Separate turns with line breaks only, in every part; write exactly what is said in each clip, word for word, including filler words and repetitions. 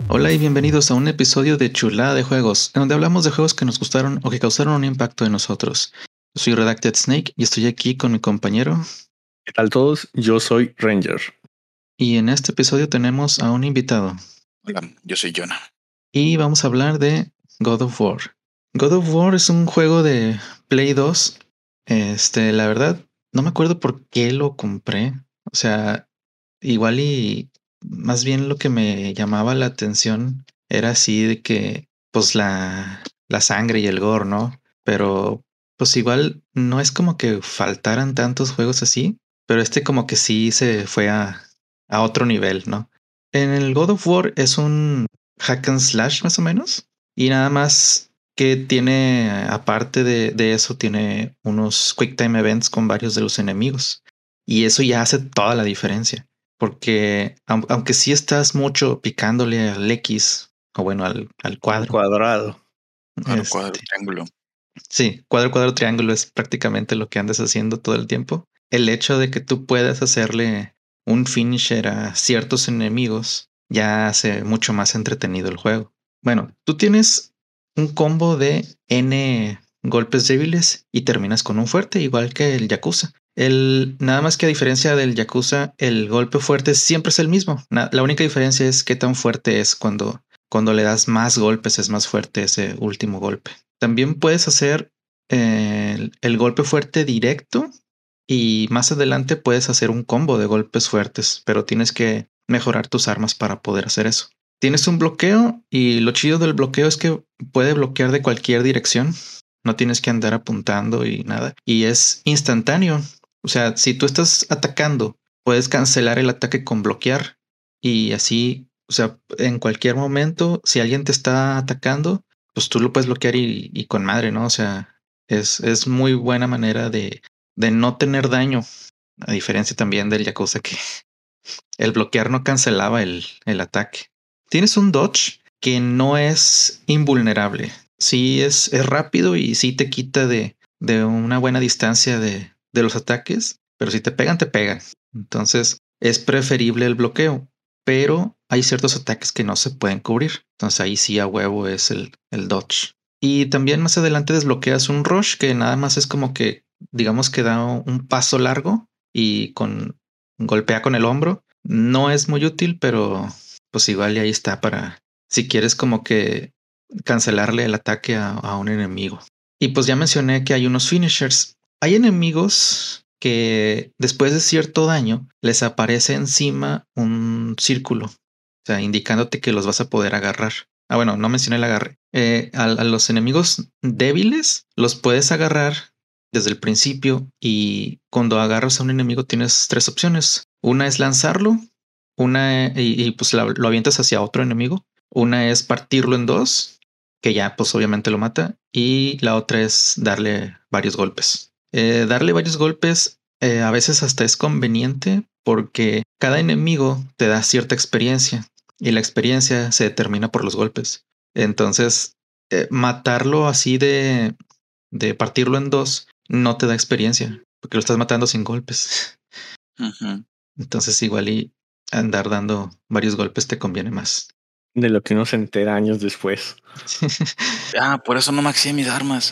Hola y bienvenidos a un episodio de Chulada de Juegos, en donde hablamos de juegos que nos gustaron o que causaron un impacto en nosotros. Yo soy Redacted Snake y estoy aquí con mi compañero.
¿Qué tal todos? Yo soy Ranger.
Y en este episodio tenemos a un invitado.
Hola, yo soy Jonah.
Y vamos a hablar de God of War. God of War es un juego de Play dos. Este, la verdad, no me acuerdo por qué lo compré. O sea, igual y más bien lo que me llamaba la atención era así de que, pues la, la sangre y el gore, ¿no? Pero pues igual no es como que faltaran tantos juegos así, pero este como que sí se fue a, a otro nivel, ¿no? En el God of War es un hack and slash más o menos, y nada más que tiene, aparte de, de eso, tiene unos quick time events con varios de los enemigos, y eso ya hace toda la diferencia. Porque aunque sí estás mucho picándole al X, o bueno, al, al cuadro.
Cuadrado.
Cuadro,
este,
cuadro, triángulo.
Sí, cuadro, cuadro, triángulo es prácticamente lo que andas haciendo todo el tiempo. El hecho de que tú puedas hacerle un finisher a ciertos enemigos ya hace mucho más entretenido el juego. Bueno, tú tienes un combo de N golpes débiles y terminas con un fuerte, igual que el Yakuza. El, nada más que a diferencia del Yakuza, el golpe fuerte siempre es el mismo. La única diferencia es qué tan fuerte es cuando, cuando le das más golpes, es más fuerte ese último golpe. También puedes hacer eh, el, el golpe fuerte directo y más adelante puedes hacer un combo de golpes fuertes, pero tienes que mejorar tus armas para poder hacer eso. Tienes un bloqueo y lo chido del bloqueo es que puede bloquear de cualquier dirección. No tienes que andar apuntando y nada. Y es instantáneo. O sea, si tú estás atacando, puedes cancelar el ataque con bloquear y así, o sea, en cualquier momento, si alguien te está atacando, pues tú lo puedes bloquear y, y con madre, ¿no? O sea, es, es muy buena manera de, de no tener daño, a diferencia también del Yakuza que el bloquear no cancelaba el, el ataque. Tienes un dodge que no es invulnerable. Sí es, es rápido y sí te quita de, de una buena distancia de, de los ataques, pero si te pegan, te pegan. Entonces es preferible el bloqueo, pero hay ciertos ataques que no se pueden cubrir. Entonces ahí sí a huevo es el, el dodge. Y también más adelante desbloqueas un rush que nada más es como que, digamos que da un paso largo y con golpea con el hombro. No es muy útil, pero pues igual y ahí está para si quieres como que cancelarle el ataque a, a un enemigo. Y pues ya mencioné que hay unos finishers. Hay enemigos que después de cierto daño les aparece encima un círculo, o sea, indicándote que los vas a poder agarrar. Ah, bueno, no mencioné el agarre. Eh, a, a los enemigos débiles los puedes agarrar desde el principio y cuando agarras a un enemigo tienes tres opciones. Una es lanzarlo, una y, y pues la, lo avientas hacia otro enemigo. Una es partirlo en dos, que ya pues obviamente lo mata, y la otra es darle varios golpes. Eh, darle varios golpes eh, a veces hasta es conveniente porque cada enemigo te da cierta experiencia y la experiencia se determina por los golpes. Entonces, eh, matarlo así de, de partirlo en dos no te da experiencia porque lo estás matando sin golpes.
Uh-huh.
Entonces igual y andar dando varios golpes te conviene más.
De lo que uno se entera años después.
Ah, por eso no maxié mis armas.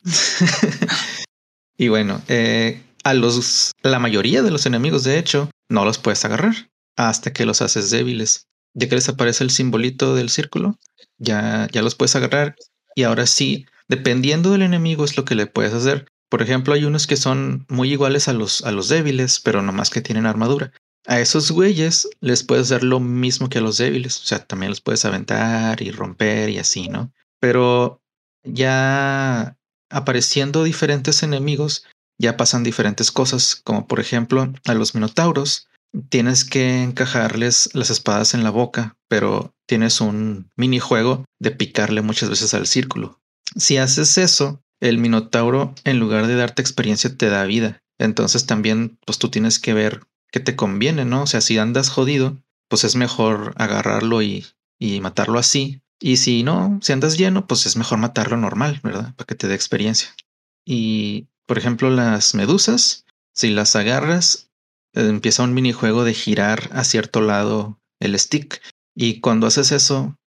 Y bueno, eh, a los, la mayoría de los enemigos, de hecho, no los puedes agarrar hasta que los haces débiles. Ya que les aparece el simbolito del círculo, ya, ya los puedes agarrar. Y ahora sí, dependiendo del enemigo es lo que le puedes hacer. Por ejemplo, hay unos que son muy iguales a los, a los débiles, pero nomás que tienen armadura. A esos güeyes les puedes dar lo mismo que a los débiles. O sea, también los puedes aventar y romper y así, ¿no? Pero ya apareciendo diferentes enemigos, ya pasan diferentes cosas, como por ejemplo a los minotauros. Tienes que encajarles las espadas en la boca, pero tienes un minijuego de picarle muchas veces al círculo. Si haces eso, el minotauro, en lugar de darte experiencia, te da vida. Entonces también, pues tú tienes que ver qué te conviene, ¿no? O sea, si andas jodido, pues es mejor agarrarlo y, y matarlo así. Y si no, si andas lleno, pues es mejor matarlo normal, ¿verdad? Para que te dé experiencia. Y, por ejemplo, las medusas, si las agarras, eh, empieza un minijuego de girar a cierto lado el stick. Y cuando haces eso,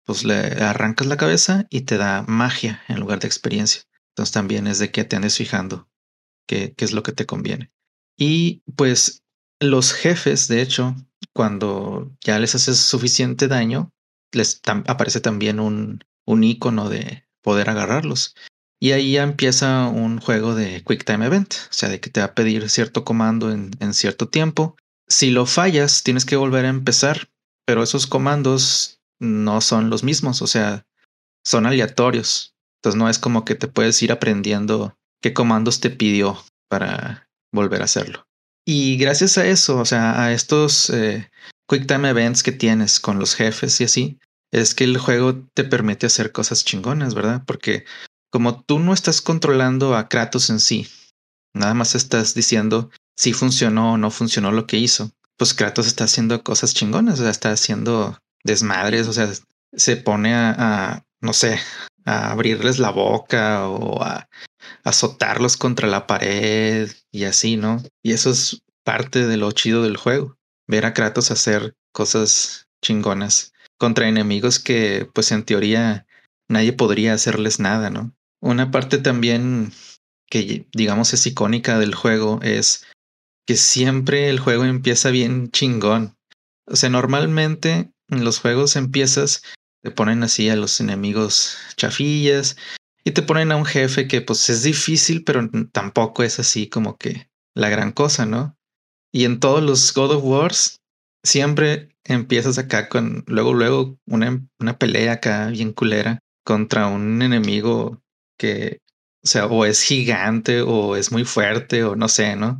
pues le arrancas la cabeza y te da magia en lugar de experiencia. Entonces también es de que te andes fijando qué, qué es lo que te conviene. Y pues los jefes, de hecho, cuando ya les haces suficiente daño, les tam- aparece también un, un icono de poder agarrarlos. Y ahí ya empieza un juego de Quick Time Event, o sea, de que te va a pedir cierto comando en, en cierto tiempo. Si lo fallas, tienes que volver a empezar, pero esos comandos no son los mismos, o sea, son aleatorios. Entonces no es como que te puedes ir aprendiendo qué comandos te pidió para volver a hacerlo. Y gracias a eso, o sea, a estos eh, Quick Time Events que tienes con los jefes y así, es que el juego te permite hacer cosas chingonas, ¿verdad? Porque como tú no estás controlando a Kratos en sí, nada más estás diciendo si funcionó o no funcionó lo que hizo, pues Kratos está haciendo cosas chingonas, o sea, está haciendo desmadres, o sea, se pone a, a no sé, a abrirles la boca o a azotarlos contra la pared y así, ¿no? Y eso es parte de lo chido del juego, ver a Kratos hacer cosas chingonas contra enemigos que, pues en teoría, nadie podría hacerles nada, ¿no? Una parte también que, digamos, es icónica del juego es que siempre el juego empieza bien chingón. O sea, normalmente en los juegos empiezas, te ponen así a los enemigos chafillas y te ponen a un jefe que pues es difícil, pero tampoco es así como que la gran cosa, ¿no? Y en todos los God of Wars siempre empiezas acá con luego, luego una, una pelea acá bien culera contra un enemigo que, o sea, o es gigante o es muy fuerte o no sé, ¿no?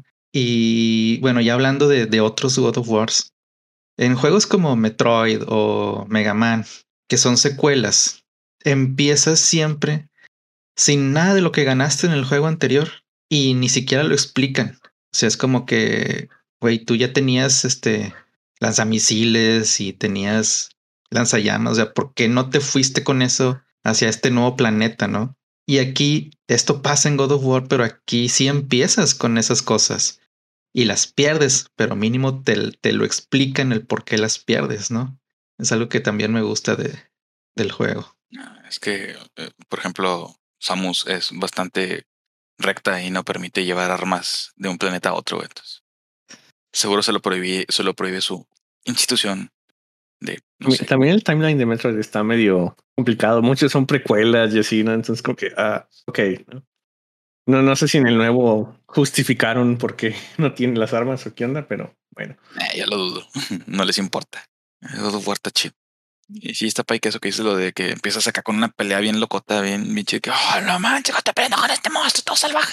Y bueno, ya hablando de, de otros God of Wars, en juegos como Metroid o Mega Man, que son secuelas, empiezas siempre sin nada de lo que ganaste en el juego anterior y ni siquiera lo explican. O sea, es como que, güey, tú ya tenías este lanzamisiles y tenías lanzallamas. O sea, ¿por qué no te fuiste con eso hacia este nuevo planeta, no? Y aquí esto pasa en God of War, pero aquí sí empiezas con esas cosas y las pierdes, pero mínimo te, te lo explican el por qué las pierdes, ¿no? Es algo que también me gusta de, del juego.
Ah, Es que, eh, por ejemplo, Samus es bastante recta y no permite llevar armas de un planeta a otro, güey. Entonces, seguro se lo prohíbe, se lo prohíbe su institución de, no
Mi-
sé.
También el timeline de Metroid está medio complicado. Muchos son precuelas y así, ¿no? Entonces, como que, ah, ok. ¿no? No, no sé si en el nuevo justificaron por qué no tiene las armas o qué onda, pero bueno.
Eh, ya lo dudo. No les importa. El God of War está chido. Y sí, está pay que eso que dices lo de que empiezas acá con una pelea bien locota, bien, bien chido, que, oh, no manches, te peleando con este monstruo todo salvaje.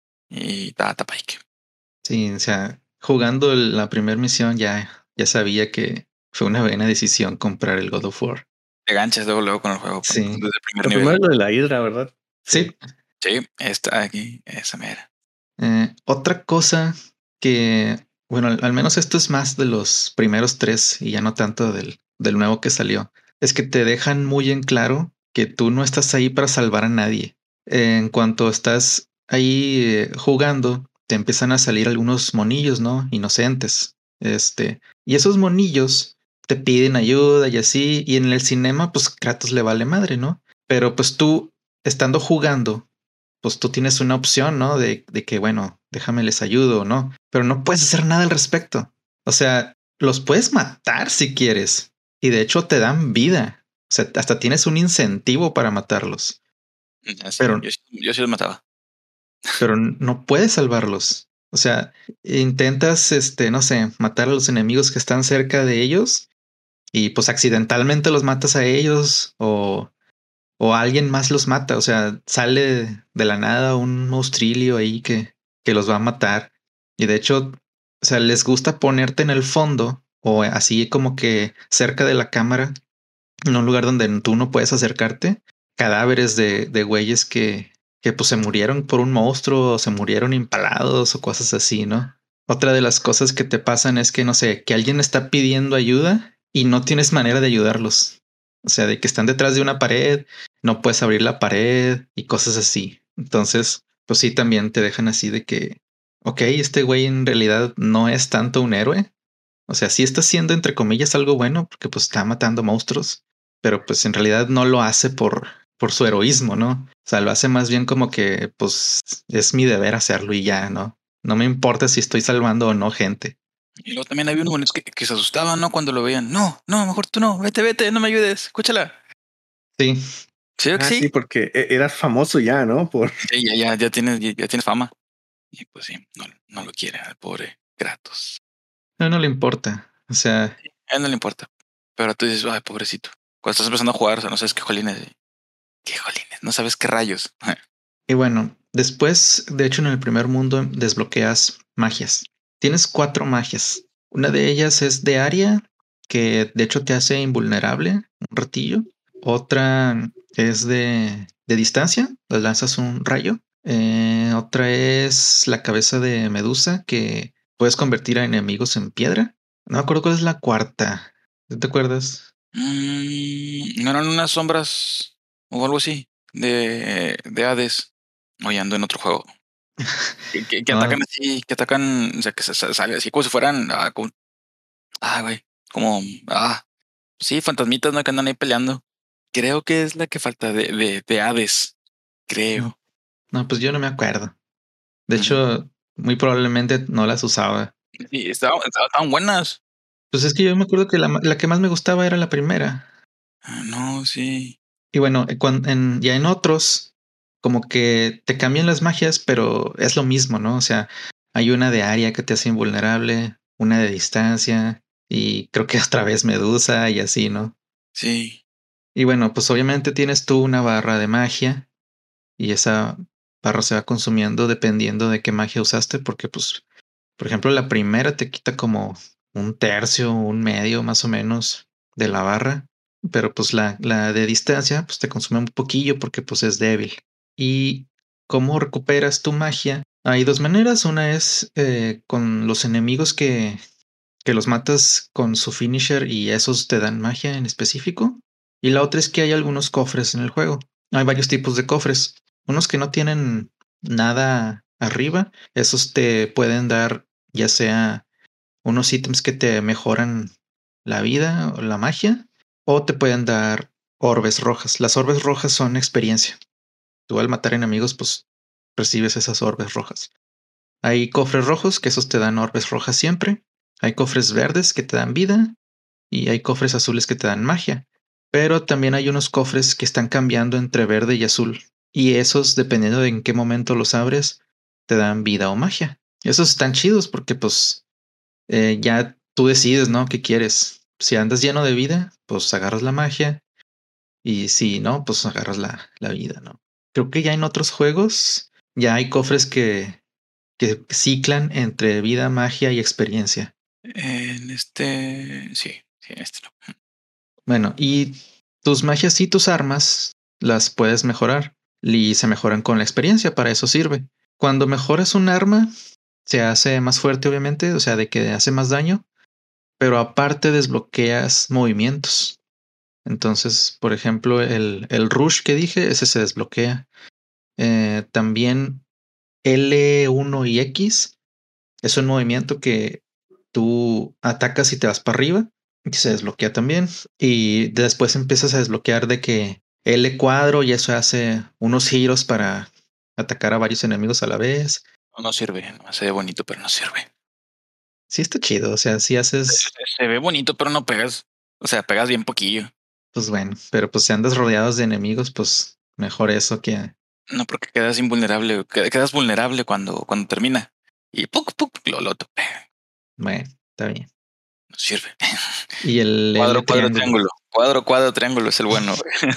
Y está, está pay que.
Sí, o sea, jugando el- la primera misión ya, ya sabía que fue una buena decisión comprar el God of War.
Te ganchas luego, luego con el juego, con-
Sí,
desde el primer
Lo primero
nivel.
es lo de la hidra, ¿verdad?
sí.
Sí, está aquí, esa mera.
Eh, otra cosa que, bueno, al, al menos esto es más de los primeros tres y ya no tanto del, del nuevo que salió, es que te dejan muy en claro que tú no estás ahí para salvar a nadie. En cuanto estás ahí eh, jugando, te empiezan a salir algunos monillos, ¿no? Inocentes. Este, y esos monillos te piden ayuda y así, y en el cinema, pues Kratos le vale madre, ¿no? Pero pues tú, estando jugando, pues tú tienes una opción, ¿no? De, de que, bueno, déjame les ayudo, ¿no? Pero no puedes hacer nada al respecto. O sea, los puedes matar si quieres. Y de hecho te dan vida. O sea, hasta tienes un incentivo para matarlos.
Ya sé,
Pero,
yo, sí- yo sí los mataba.
pero no puedes salvarlos. O sea, intentas, este, no sé, matar a los enemigos que están cerca de ellos y pues accidentalmente los matas a ellos o o alguien más los mata. O sea, sale de la nada un monstrillo ahí que, que los va a matar. Y de hecho, o sea, les gusta ponerte en el fondo o así como que cerca de la cámara, en un lugar donde tú no puedes acercarte, cadáveres de, de güeyes que, que pues se murieron por un monstruo o se murieron impalados o cosas así, ¿no? Otra de las cosas que te pasan es que, no sé, que alguien está pidiendo ayuda y no tienes manera de ayudarlos. O sea, de que están detrás de una pared, no puedes abrir la pared y cosas así. Entonces, pues sí, también te dejan así de que, ok, este güey en realidad no es tanto un héroe. O sea, sí está haciendo entre comillas algo bueno porque pues está matando monstruos, pero pues en realidad no lo hace por, por su heroísmo, ¿no? O sea, lo hace más bien como que pues es mi deber hacerlo y ya, ¿no? No me importa si estoy salvando o no gente.
Y luego también había unos bonitos que, que se asustaban, ¿no? Cuando lo veían. No, no, mejor tú no. Vete, vete, no me ayudes. Escúchala.
Sí.
Sí,
Ah, sí,
sí.
porque e- eras famoso ya, ¿no? Por
Sí, ya, ya, ya tienes, ya, ya tienes fama. Y pues sí, no, no lo quiere al pobre Kratos.
No, no le importa. O sea,
A él no le importa. Pero tú dices, ay, pobrecito. Cuando estás empezando a jugar, o sea, no sabes qué jolines. ¿Qué jolines? No sabes qué rayos.
y bueno, después, de hecho, en el primer mundo desbloqueas magias. Tienes cuatro magias. Una de ellas es de área, que de hecho te hace invulnerable un ratillo. Otra es de, de distancia, le lanzas un rayo. Eh, otra es la cabeza de Medusa, que puedes convertir a enemigos en piedra. No me acuerdo cuál es la cuarta. ¿Tú ¿Te acuerdas?
Mm, ¿no eran unas sombras o algo así de, de Hades? O ya ando en otro juego. Que, que, que
No,
atacan así, que atacan, o sea, que se sa- sale así como si fueran, ah, como, ah, güey, como, ah, sí, fantasmitas, ¿no? Que andan ahí peleando. Creo que es la que falta de, de, de Hades.
no,
Creo.
no, pues yo no me acuerdo. De
Ujú.
hecho, muy probablemente no las usaba.
Sí, estaban, estaban estaban buenas.
Pues es que yo me acuerdo que la, ma- la que más me gustaba era la primera.
Ah, no, sí.
Y bueno, eh, cuan- en, ya en otros, como que te cambian las magias, pero es lo mismo, ¿no? O sea, hay una de área que te hace invulnerable, una de distancia, y creo que otra vez Medusa y así, ¿no?
Sí.
Y bueno, pues obviamente tienes tú una barra de magia y esa barra se va consumiendo dependiendo de qué magia usaste, porque pues, por ejemplo, la primera te quita como un tercio, un medio más o menos de la barra, pero pues la, la de distancia pues te consume un poquillo porque pues es débil. ¿Y cómo recuperas tu magia? Hay dos maneras. Una es eh, con los enemigos que, que los matas con su finisher y esos te dan magia en específico. Y la otra es que hay algunos cofres en el juego. Hay varios tipos de cofres. Unos que no tienen nada arriba. Esos te pueden dar ya sea unos ítems que te mejoran la vida o la magia. O te pueden dar orbes rojas. Las orbes rojas son experiencia. Tú al matar enemigos pues recibes esas orbes rojas. Hay cofres rojos que esos te dan orbes rojas siempre. Hay cofres verdes que te dan vida y hay cofres azules que te dan magia. Pero también hay unos cofres que están cambiando entre verde y azul. Y esos, dependiendo de en qué momento los abres, te dan vida o magia. Esos están chidos porque pues eh, ya tú decides, ¿no? ¿Qué quieres? Si andas lleno de vida, pues agarras la magia. Y si no, pues agarras la, la vida, ¿no? Creo que ya en otros juegos ya hay cofres que, que ciclan entre vida, magia y experiencia.
En este, sí, sí, en este no.
Bueno, y tus magias y tus armas las puedes mejorar y se mejoran con la experiencia, para eso sirve. Cuando mejoras un arma, se hace más fuerte, obviamente, o sea, de que hace más daño, pero aparte desbloqueas movimientos. Entonces, por ejemplo, el, el rush que dije, ese se desbloquea. Eh, también L uno y X es un movimiento que tú atacas y te vas para arriba y se desbloquea también. Y después empiezas a desbloquear de que L cuadro y eso hace unos giros para atacar a varios enemigos a la vez.
No, no sirve, no, se ve bonito, pero no sirve.
Sí está chido, o sea, si haces,
Se, se ve bonito, pero no pegas. O sea, pegas bien poquillo.
pues bueno, pero pues si andas rodeados de enemigos, pues mejor eso que,
No, porque quedas invulnerable, qued- quedas vulnerable cuando, cuando termina. Y poco, poco, lo, lo tope.
bueno, está bien.
No sirve.
Y el L
Cuadro, cuadro,
triángulo.
triángulo. Cuadro, cuadro, triángulo es el bueno, güey.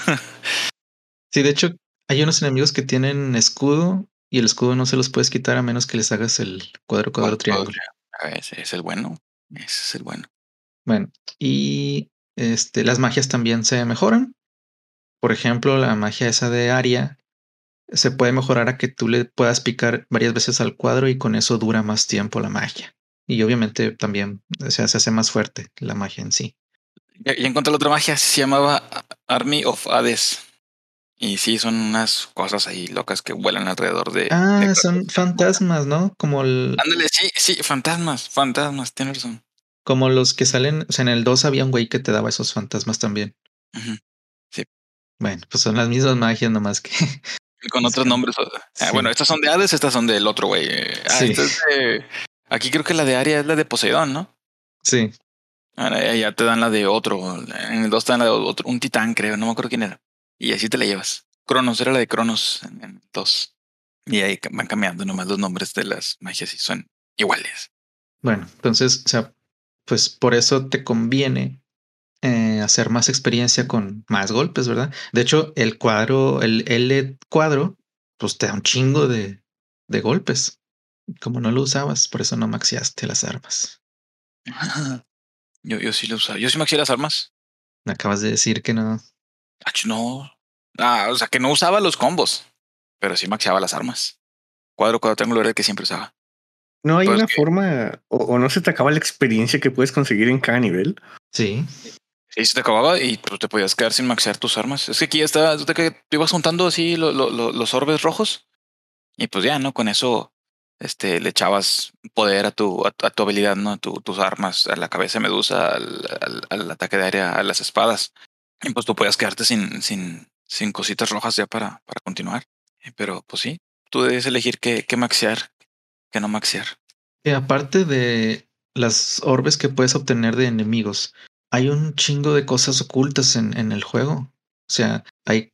Sí, de hecho, hay unos enemigos que tienen escudo y el escudo no se los puedes quitar a menos que les hagas el cuadro, cuadro,
Cuadro, cuadro,
triángulo.
triángulo. Ah, ese es el bueno. Ese es el bueno.
Bueno, y este, las magias también se mejoran. Por ejemplo, la magia esa de Aria se puede mejorar a que tú le puedas picar varias veces al cuadro y con eso dura más tiempo la magia. Y obviamente también, o sea, se hace más fuerte la magia en sí.
Ya, ya encontré la otra magia, se llamaba Army of Hades. Y sí, son unas cosas ahí locas que vuelan alrededor de, de
Ah,
Kratos.
son fantasmas, ¿no? Como, el,
Ándale, sí, sí, fantasmas, fantasmas, tienes razón.
como los que salen, o sea, en el dos había un güey que te daba esos fantasmas también.
Ujú.
Bueno, pues son las mismas magias, nomás que
con otros nombres. Ah,
sí.
Bueno, estas son de Hades, estas son del otro, güey. Ah,
Sí.
esta es de... Aquí creo que la de Aria es la de Poseidón, ¿no?
Sí.
Ahora ya ya te dan la de otro. En el dos te dan la de otro, un titán, creo. No me acuerdo quién era. Y así te la llevas. Cronos era la de Cronos en el dos. Y ahí ca- van cambiando nomás los nombres de las magias y son iguales.
Bueno, entonces, o sea, pues por eso te conviene eh, hacer más experiencia con más golpes, ¿verdad? De hecho, el cuadro, el L cuadro, pues te da un chingo de, de golpes. Como no lo usabas, por eso no maxiaste las armas.
Yo, yo sí lo usaba. Yo sí maxié las armas.
Me acabas de decir que no.
Ach, no. Ah, o sea que no usaba los combos, pero sí maxiaba las armas. Cuadro, cuadro, triángulo era el que siempre usaba.
No hay
Pues
una
que
forma, o, o no se te acaba la experiencia que puedes conseguir en cada nivel.
Sí.
sí, se te acababa y tú te podías quedar sin maxear tus armas. Es que aquí ya está, tú te, que- te ibas juntando así lo- lo- lo- los orbes rojos y pues ya, ¿no? Con eso este, le echabas poder a tu, a, tu a tu habilidad, ¿no? A tu- tus armas, a la cabeza de medusa, al, al, al ataque de área, a las espadas. Y pues tú podías quedarte sin, sin, sin cositas rojas ya para, para continuar. Eh, Pero pues sí, tú debes elegir qué, qué maxear, qué no maxear.
Y aparte de las orbes que puedes obtener de enemigos, hay un chingo de cosas ocultas en, en el juego. O sea, hay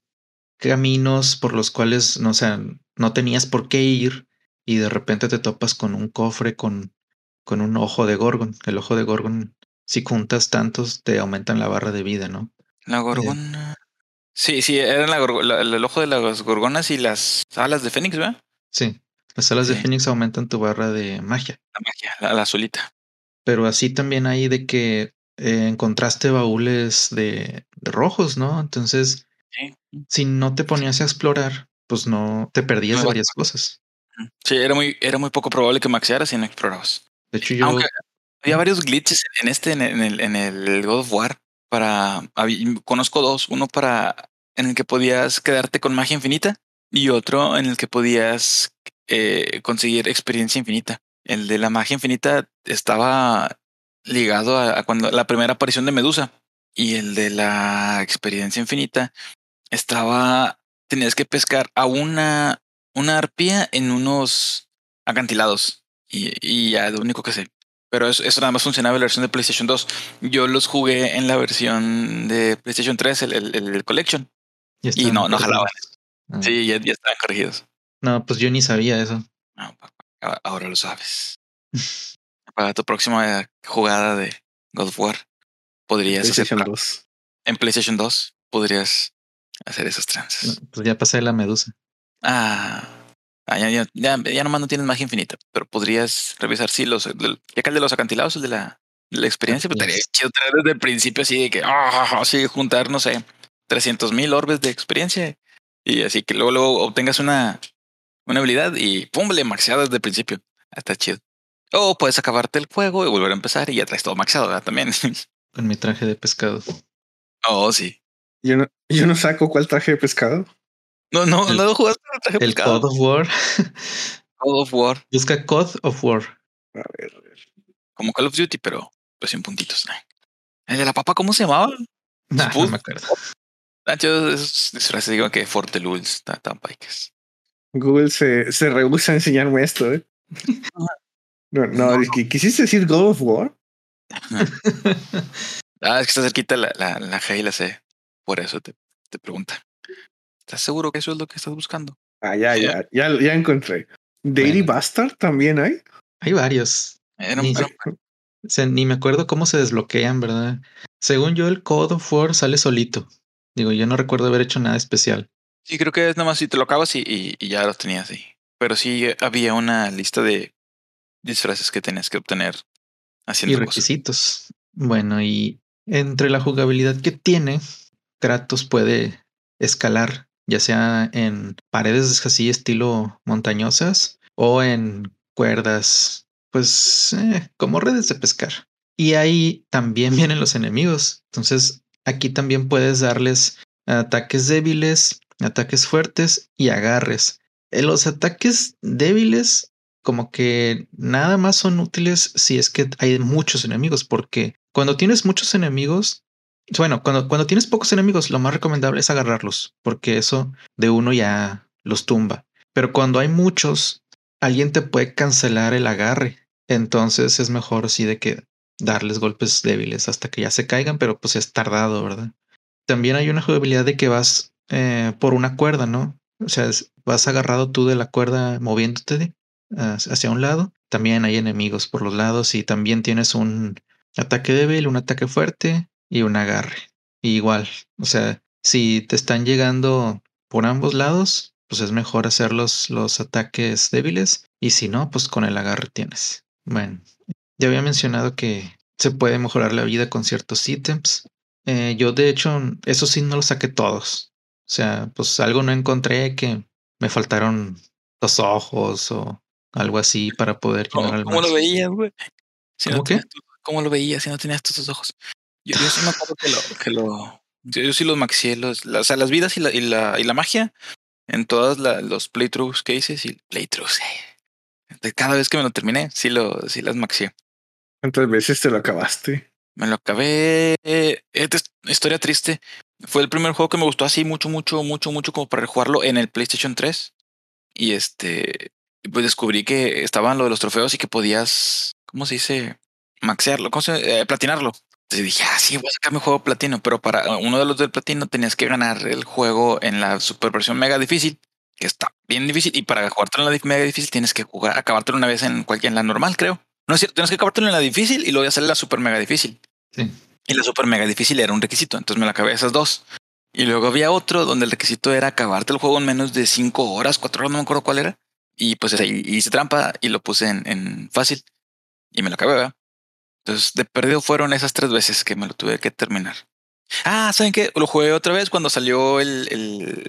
caminos por los cuales no, o sea, no tenías por qué ir y de repente te topas con un cofre con, con un ojo de Gorgon. El ojo de Gorgon, si juntas tantos, te aumentan la barra de vida, ¿no?
La
Eh,
gorgona. Sí, sí, eran la gorgo- la- el ojo de las gorgonas y las alas de Fénix, ¿verdad?
sí, las alas de
Sí,
Fénix aumentan tu barra de magia,
la magia, la, la azulita.
pero así también hay de que eh, encontraste baúles de, de rojos, ¿no? Entonces,
Sí,
si no te ponías a explorar, pues no te perdías
no
de
ibas-
varias cosas.
sí, era muy, era muy poco probable que maxearas si no explorabas.
De hecho,
Aunque
yo...
había varios glitches en este, en el, en el, en el God of War. Para, habí- conozco dos. Uno para en el que podías quedarte con magia infinita y otro en el que podías eh, conseguir experiencia infinita. El de la magia infinita estaba ligado a, a cuando la primera aparición de Medusa y el de la experiencia infinita estaba, tenías que pescar a una, una arpía en unos acantilados y, y ya lo único que sé. Pero eso, eso nada más funcionaba en la versión de PlayStation dos. Yo los jugué en la versión de PlayStation tres, el, el, el Collection,
Ya
y
estaban
no, no jalaban.
corregidos. Ah.
Sí, ya, ya estaban corregidos.
No, pues yo ni sabía eso.
No, papá, ahora ahora lo sabes. Para tu próxima jugada de God of War,
En
podrías hacer
PlayStation
tra-
dos.
en PlayStation dos, podrías hacer esas
No,
tranzas.
pues ya pasé la medusa.
Ah, ah, ya, ya, ya, ya nomás no tienes magia infinita, pero podrías revisar si los, del- ya que el de los acantilados, el de la, de la experiencia, pero estaría
Arpías.
chido traer desde el principio así de que, ah, así juntar, no sé, trescientos mil orbes de experiencia y así que luego, luego obtengas una, una habilidad y pum, le maxeada desde el principio. Ah, está chido. O puedes acabarte el juego y volver a empezar y ya traes todo maxeado, ¿verdad? También.
Con mi traje de pescado.
Oh, sí.
Yo no, yo no saco cuál traje de pescado.
No, no,
El,
no jugaste con el traje
el
pescado.
God of War.
God of War.
Busca God of War.
A ver, a ver.
Como Call of Duty, pero pues sin puntitos. El de la papa, ¿cómo se llamaba?
Nah, no
Spud.
me acuerdo.
Ah, yo esos disfraces digo que Fortelulz, tan paiques.
Google se, se rehúsa a enseñarme esto, ¿eh? No, no,
No.
es que quisiste decir God of War.
Ah, es que está cerquita la, la, la G y la C. Por eso te, te pregunta. ¿Estás seguro que eso es lo que estás buscando?
Ah, ya,
¿Eh?
ya, ya, ya encontré. Daily
Bueno,
Bastard también hay.
hay varios.
Era,
Ni,
era-
o sea, ni me acuerdo cómo se desbloquean, ¿verdad? Según yo, el God of War sale solito. Digo, yo no recuerdo haber hecho nada especial.
sí, creo que es nada más si te lo acabas y, y, y ya los tenías ahí. Pero sí había una lista de disfraces que tenías que obtener
Y
haciendo cosas.
requisitos. Bueno, y entre la jugabilidad que tiene, Kratos puede escalar, ya sea en paredes así estilo montañosas o en cuerdas, pues eh, como redes de pescar. Y ahí también vienen los enemigos. Entonces aquí también puedes darles ataques débiles, ataques fuertes y agarres. En los ataques débiles como que nada más son útiles si es que hay muchos enemigos, porque cuando tienes muchos enemigos, Bueno, cuando, cuando tienes pocos enemigos, lo más recomendable es agarrarlos, porque eso de uno ya los tumba. Pero cuando hay muchos, alguien te puede cancelar el agarre. Entonces es mejor así de que darles golpes débiles hasta que ya se caigan, pero pues es tardado, ¿verdad? También hay una jugabilidad de que vas eh, por una cuerda, ¿no? O sea, es- vas agarrado tú de la cuerda moviéndote uh, hacia un lado. También hay enemigos por los lados y también tienes un ataque débil, un ataque fuerte y un agarre. Y igual, o sea, si te están llegando por ambos lados, pues es mejor hacer los, los ataques débiles y si no, pues con el agarre tienes. Bueno, ya había mencionado que se puede mejorar la vida con ciertos ítems. Eh, yo de hecho, eso sí no lo saqué todos. O sea, pues algo no encontré que me faltaron los ojos o algo así para poder llegar
¿Cómo,
al
cómo lo
máximo.
veías, güey? Si no
¿Cómo
tenías
qué?
tu- ¿Cómo lo veías si no tenías tus ojos? Yo, yo sí me acuerdo que lo, que lo, yo, yo sí los maxié, los, la- o sea, las vidas y la, y la, y la magia en todos la- los playthroughs que hice, sí, playthroughs, eh. De cada vez que me lo terminé, sí lo, sí las maxié.
¿Cuántas veces te lo acabaste?
Me lo acabé. eh, esta es historia triste. Fue el primer juego que me gustó así mucho, mucho, mucho, mucho como para rejugarlo en el PlayStation tres. Y este, pues descubrí que estaban lo de los trofeos y que podías, ¿cómo se dice? Maxearlo, ¿cómo se, eh, platinarlo. Entonces dije, ah, sí, voy a sacar mi juego platino, pero para uno de los del platino tenías que ganar el juego en la super versión mega difícil, que está bien difícil, y para jugártelo en la dif- mega difícil tienes que jugar, acabártelo una vez en cualquier, en la normal, creo. No es cierto, tienes que acabártelo en la difícil y luego hacer la super mega difícil.
Sí.
Y la super mega difícil era un requisito, entonces me la acabé esas dos. Y luego había otro donde el requisito era acabarte el juego en menos de cinco horas, cuatro horas, no me acuerdo cuál era. Y pues ahí hice trampa y lo puse en, en fácil y me lo acabé, ¿verdad? Entonces, de perdido fueron esas tres veces que me lo tuve que terminar. Ah, ¿saben qué? Lo jugué otra vez cuando salió el, el,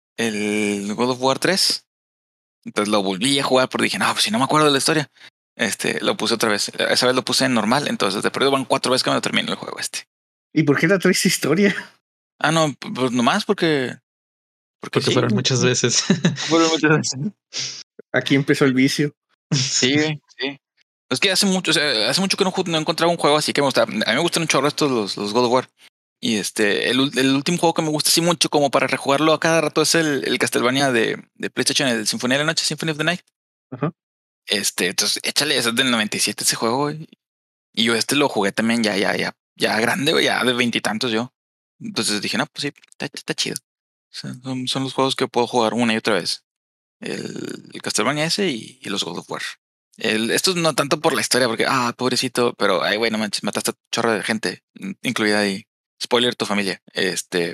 el God of War tres. Entonces lo volví a jugar porque dije, no, pues si no me acuerdo de la historia. Este, lo puse otra vez. Esa vez lo puse en normal. Entonces, de perdido van cuatro veces que me lo termino el juego este.
¿Y por qué la traes historia?
Ah, no, pues nomás porque, porque
Porque
sí.
fueron muchas veces.
Fueron muchas veces.
Aquí empezó el vicio.
Sí, güey, sí. Es que hace mucho, o sea, hace mucho que no, ju- no encontraba un juego así que me gusta. A mí me gustan un chorro estos los, los God of War. Y este, el, ul- el último juego que me gusta así mucho como para rejugarlo a cada rato es el, el Castlevania de, de PlayStation, el Sinfonía de la Noche, Symphony of the Night.
Ajá.
Este, entonces échale, ese es del noventa y siete ese juego, güey. Y yo este lo jugué también ya, ya, ya, ya grande, güey, ya de veintitantos yo. Entonces dije, no, pues sí, está, está chido. O sea, son, son los juegos que puedo jugar una y otra vez. El, el Castlevania ese y, y los God of War. El, esto no tanto por la historia, porque, ah, pobrecito, pero, ay, güey, no manches, mataste a un chorro de gente, in- incluida ahí. Spoiler, tu familia. Este.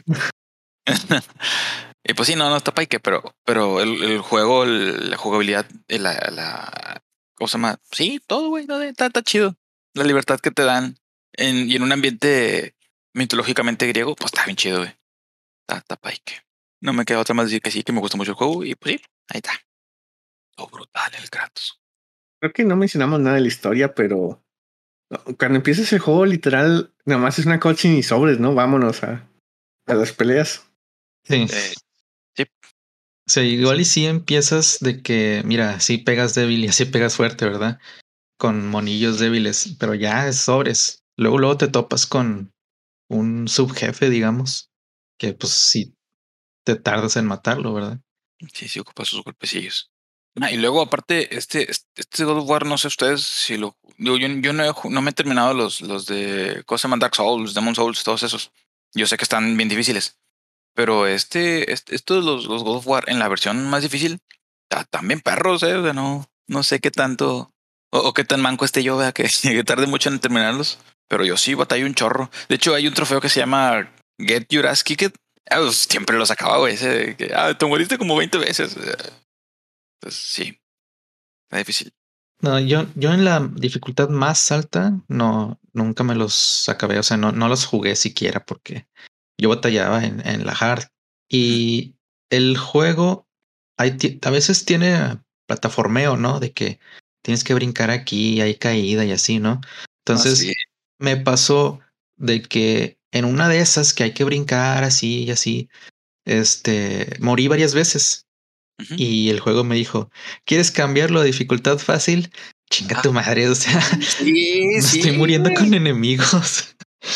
Y pues sí, no, no está paique, pero, pero el, el juego, el- la jugabilidad, eh, la, la, ¿cómo se llama? Sí, todo, güey, no, está, está chido. La libertad que te dan en, y en un ambiente mitológicamente griego, pues está bien chido, güey. Está, está paique. No me queda otra más decir que sí, que me gusta mucho el juego y pues sí, ahí está. Oh, brutal el Kratos.
Creo que no mencionamos nada de la historia, pero no, cuando empiezas el juego, literal, nada más es una cutscene y sobres, ¿no? Vámonos a, a las peleas.
Sí.
Eh, sí,
O sea, igual y si empiezas de que, mira, sí pegas débil y así pegas fuerte, ¿verdad? Con monillos débiles, pero ya es sobres. Luego, luego te topas con un subjefe, digamos, que pues sí te tardas en matarlo, ¿verdad?
sí, sí ocupa sus golpecillos. Ah, y luego, aparte, este, este este God of War, no sé ustedes si lo. Digo, yo, yo no, he ju- no me he terminado los, los de. ¿Cómo se llaman? Dark Souls, Demon Souls, todos esos. Yo sé que están bien difíciles. Pero este, este estos, los, los God of War en la versión más difícil, ta- también perros, ¿eh? O sea, no, no sé qué tanto. O, o qué tan manco esté yo, vea, que, que tarde mucho en terminarlos. Pero yo sí batallo un chorro. De hecho, hay un trofeo que se llama Get Your Ass Kicked. Ah, pues, siempre lo sacaba, güey. Ese de que, ah, te moriste como veinte veces. Pues sí, está difícil.
No, yo, yo en la dificultad más alta no, nunca me los acabé, o sea, no, no los jugué siquiera porque yo batallaba en, en la hard.
Ujú.
Y el juego hay, ti- a veces tiene plataformeo, ¿no? De que tienes que brincar aquí, hay caída y así, ¿no?
Ah, sí.
Entonces me pasó de que en una de esas que hay que brincar así y así, este, morí varias veces.
Ujú.
Y el juego me dijo, ¿quieres cambiarlo a dificultad fácil? Chinga
Ah,
tu madre, o sea,
sí,
me estoy
sí,
muriendo
güey.
con enemigos.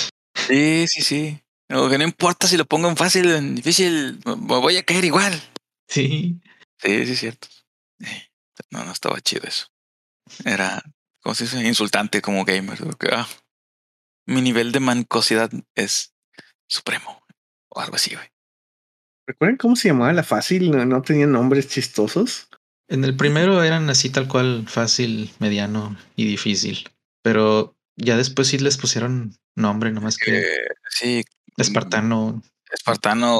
Sí, sí, sí. No, que no importa si lo pongo en fácil o en difícil, me me voy a caer igual.
Sí.
Sí, sí, es cierto. Eh, No, no estaba chido eso. Era, ¿cómo se dice? Insultante como gamer. Porque, ah, mi nivel de mancosidad es supremo. O algo así, güey.
¿Recuerdan cómo se llamaba la fácil? No, no tenían nombres chistosos.
En el primero eran así tal cual, fácil, mediano y difícil. Pero ya después sí les pusieron nombre, nomás que
Eh, sí, mm,
espartano.
espartano,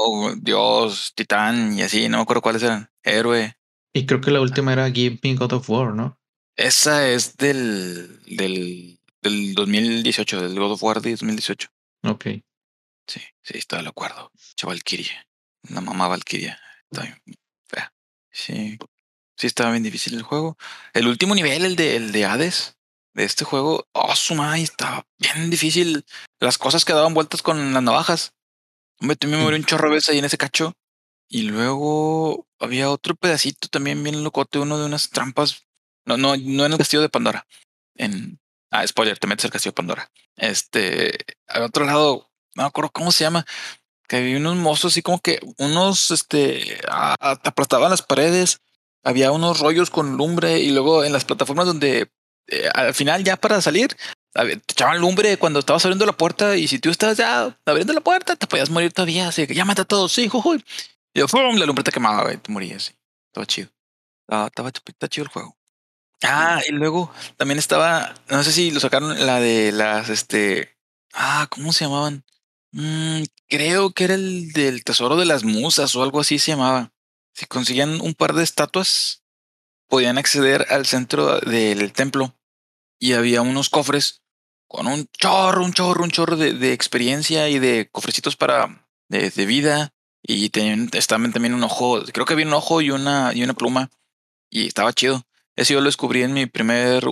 dios, titán y así. No me acuerdo cuáles eran. Héroe.
Y creo que la última era Give Me God of War, ¿no?
Esa es del, del, del dos mil dieciocho, del God of War de dos mil dieciocho.
Ok.
Sí, sí, estaba de acuerdo. Che, Valkyria. La mamá Valkyria. Está bien fea. Sí, sí, estaba bien difícil el juego. El último nivel, el de, el de Hades, de este juego, oh, su madre, estaba bien difícil. Las cosas que daban vueltas con las navajas. Hombre, también me morí un chorro de veces ahí en ese cacho. Y luego había otro pedacito también bien locote, uno de unas trampas. No, no, no en el castillo de Pandora. En. Ah, spoiler, te metes al castillo de Pandora. Este, al otro lado, no me acuerdo cómo se llama, que había unos mozos así como que unos, este, ah, ah, te aplastaban las paredes, había unos rollos con lumbre y luego en las plataformas donde eh, al final ya para salir, a ver, te echaban lumbre cuando estabas abriendo la puerta y si tú estabas ya abriendo la puerta te podías morir todavía, así que ya mata a todos, sí, jujuy. Y yo, ¡fum! La lumbre te quemaba, güey, te morías, sí. Estaba chido. Estaba, estaba, estaba chido el juego. Ah, y luego también estaba, no sé si lo sacaron la de las, este, ah, ¿cómo se llamaban? Mm, creo que era el del Tesoro de las Musas o algo así se llamaba. Si conseguían un par de estatuas, podían acceder al centro del templo y había unos cofres con un chorro, un chorro, un chorro de, de experiencia y de cofrecitos para de, de vida y tenían, estaban también un ojo, creo que había un ojo y una y una pluma y estaba chido. Ese yo lo descubrí en mi primer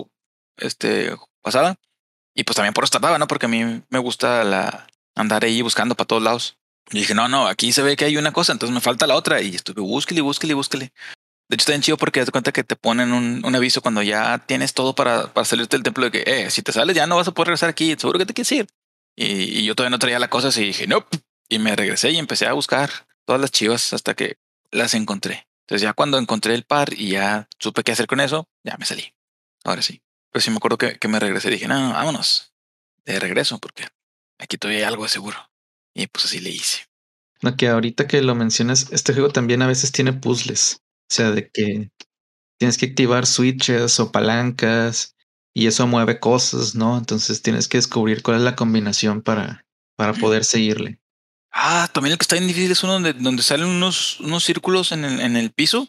este pasada y pues también por eso tardaba, ¿no? Porque a mí me gusta la andar ahí buscando para todos lados. Y dije, no, no, aquí se ve que hay una cosa, entonces me falta la otra. Y estuve búsquele, búsquele, búsquele. De hecho, está bien chido porque te cuenta que te ponen un, un aviso cuando ya tienes todo para, para salirte del templo de que, eh, si te sales ya no vas a poder regresar aquí, seguro que te quieres ir. Y, y yo todavía no traía la cosa así y dije, no. Y me regresé y empecé a buscar todas las chivas hasta que las encontré. Entonces ya cuando encontré el par y ya supe qué hacer con eso, ya me salí. Ahora sí. Pues sí me acuerdo que, que me regresé. Dije, no, no, vámonos de regreso porque aquí todavía hay algo de seguro. Y pues así le hice.
No, que ahorita que lo mencionas, este juego también a veces tiene puzzles. O sea, de que tienes que activar switches o palancas y eso mueve cosas, ¿no? Entonces tienes que descubrir cuál es la combinación para, para poder seguirle.
Ah, también el que está bien difícil es uno donde, donde salen unos, unos círculos en el, en el piso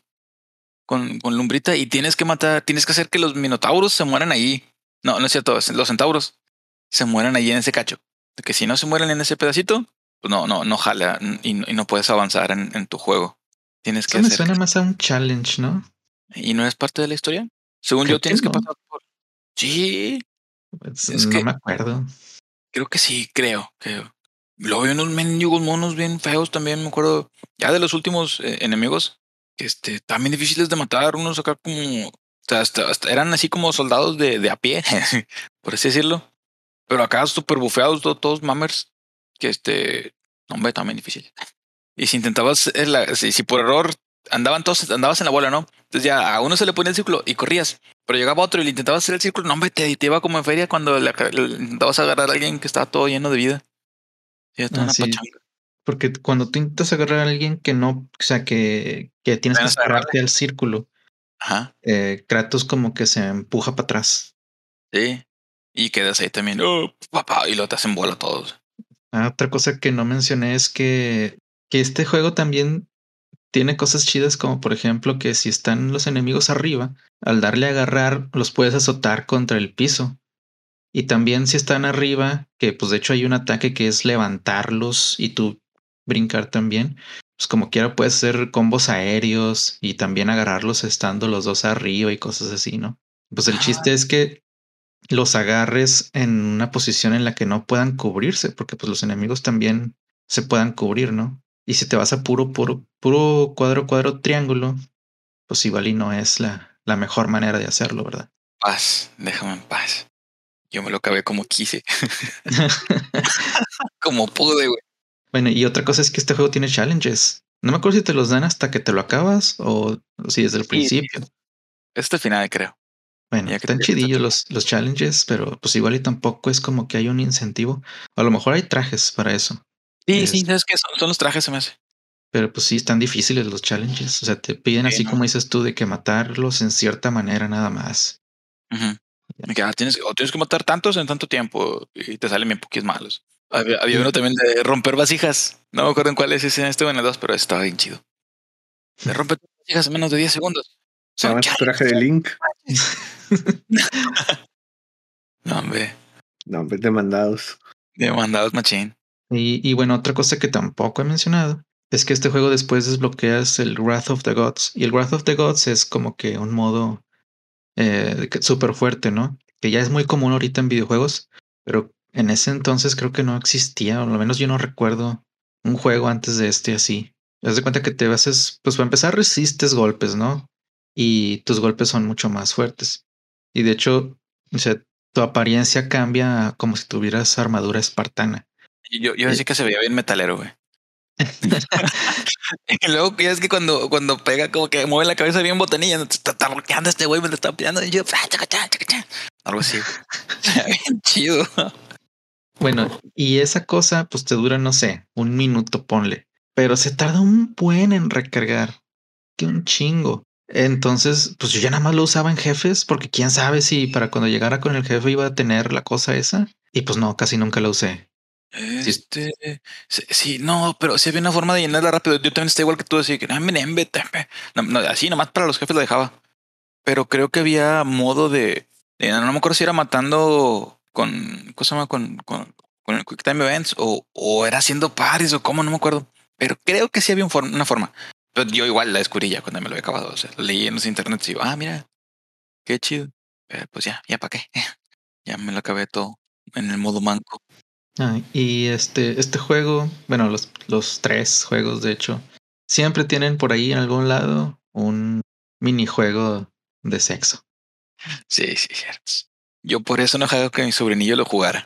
con, con lumbrita y tienes que matar, tienes que hacer que los minotauros se mueran ahí. No, no es cierto, es- los centauros se mueran ahí en ese cacho. De que si no se mueren en ese pedacito, pues no, no, no jala y, no- y no puedes avanzar en, en tu juego. Tienes que
Eso me
hacer que.
suena más a un challenge, ¿no?
¿Y no es parte de la historia? Según yo,
Creo que
tienes que
no.
pasar por. Sí,
Pues,
es
no
que
me acuerdo.
creo que sí, creo que. Luego hay unos mendigos monos bien feos también, me acuerdo. Ya de los últimos eh, enemigos, que este, también difíciles de matar, unos acá como. O sea, hasta, hasta eran así como soldados de, de a pie, por así decirlo. Pero acá súper bufeados, to- todos mamers, que este. Hombre, también difícil. Y si intentabas, eh, la- si, si por error andaban todos, andabas en la bola, ¿no? Entonces ya a uno se le ponía el círculo y corrías, pero llegaba otro y le intentabas hacer el círculo, no, hombre, te, te iba como en feria cuando le, le intentabas agarrar a alguien que estaba todo lleno de vida. Sí, toda una
Así,
pachanga.
porque cuando tú intentas agarrar a alguien que no, o sea, que, que tienes que
Apenas agarrarle.
esperarte al círculo,
Ajá,
eh, Kratos como que se empuja para atrás.
sí. Y quedas ahí también, oh, papá, y lo te hacen bola todos.
Ah, otra cosa que no mencioné es que, que este juego también tiene cosas chidas como por ejemplo que si están los enemigos arriba, al darle a agarrar los puedes azotar contra el piso. Y también si están arriba, que pues de hecho hay un ataque que es levantarlos y tú brincar también, pues como quiera puedes hacer combos aéreos y también agarrarlos estando los dos arriba y cosas así, ¿no? Pues el
Ah,
chiste es que los agarres en una posición en la que no puedan cubrirse, porque pues los enemigos también se puedan cubrir, ¿no? Y si te vas a puro, puro, puro cuadro, cuadro, triángulo, pues igual y no es la, la mejor manera de hacerlo, ¿verdad?
paz, déjame en paz. Yo me lo acabé como quise. Como pude, güey.
Bueno, y otra cosa es que este juego tiene challenges. No me acuerdo si te los dan hasta que te lo acabas o si desde el
Sí, sí.
principio.
Este final, creo.
Bueno,
Ya que te
están
ya que te-
chidillos los, los challenges, pero pues igual y tampoco es como que hay un incentivo. A lo mejor hay trajes para eso.
Sí, sí,
Es-
¿sabes qué? Son, son los trajes, se me hace.
pero pues sí, están difíciles los challenges. O sea, te piden
Sí,
así
¿no?
como dices tú de que matarlos en cierta manera nada más.
Ujú. Me queda, tienes, o tienes que matar tantos en tanto tiempo y te salen bien poquis malos. Había, había
Y-
uno también de romper vasijas. No me acuerdo en cuál es ese en este o en el dos, pero estaba bien chido. De romper vasijas en menos de diez segundos.
Nada
Son
más traje de Link.
No, hombre.
No, hombre, demandados.
Demandados machín.
Y, y bueno, otra cosa que tampoco he mencionado es que este juego después desbloqueas el Wrath of the Gods. Y el Wrath of the Gods es como que un modo eh, que- súper fuerte, ¿no? Que ya es muy común ahorita en videojuegos, pero en ese entonces creo que no existía, o al menos yo no recuerdo un juego antes de este así. Te das de cuenta que te haces, pues para empezar resistes golpes, ¿no? Y tus golpes son mucho más fuertes. Y de hecho, o sea, tu apariencia cambia como si tuvieras armadura espartana.
Y yo, yo
Eh,
decía que se veía bien metalero, güey. Y luego ya es que cuando, cuando pega, como que mueve la cabeza bien botanilla, ¿no? Está, está bloqueando este güey, me lo está peleando. Y yo, "Ah, chaca, chaca, chaca, chaca". Algo así, güey. Bien chido.
Bueno, y esa cosa pues te dura, no sé, un minuto, ponle, pero se tarda un buen en recargar, que un chingo. Entonces, pues yo ya nada más lo usaba en jefes porque quién sabe si para cuando llegara con el jefe iba a tener la cosa esa. Y pues no, casi nunca la usé. Sí,
Este, sí, sí, no, pero sí había una forma de llenarla rápido. Yo también estoy igual que tú, así que, "Ah, miren, vete, ve". No, no, así nomás para los jefes lo dejaba. Pero creo que había modo de, de- no me acuerdo si era matando con, ¿cómo se llama? Con, con, con el Quick Time Events o, o era haciendo pares o cómo, no me acuerdo. Pero creo que sí había un form- una forma. Pero yo igual la descubrí ya cuando me lo había acabado. O sea, lo leí en los internets y digo, ah, mira, qué chido. Pero pues ya, ya para qué. Ya me lo acabé todo en el modo manco.
ah, y este, este juego, bueno, los, los tres juegos, de hecho, siempre tienen por ahí en algún lado un minijuego de sexo.
Sí, sí, cierto. Yo por eso no dejaba que mi sobrinillo lo jugara.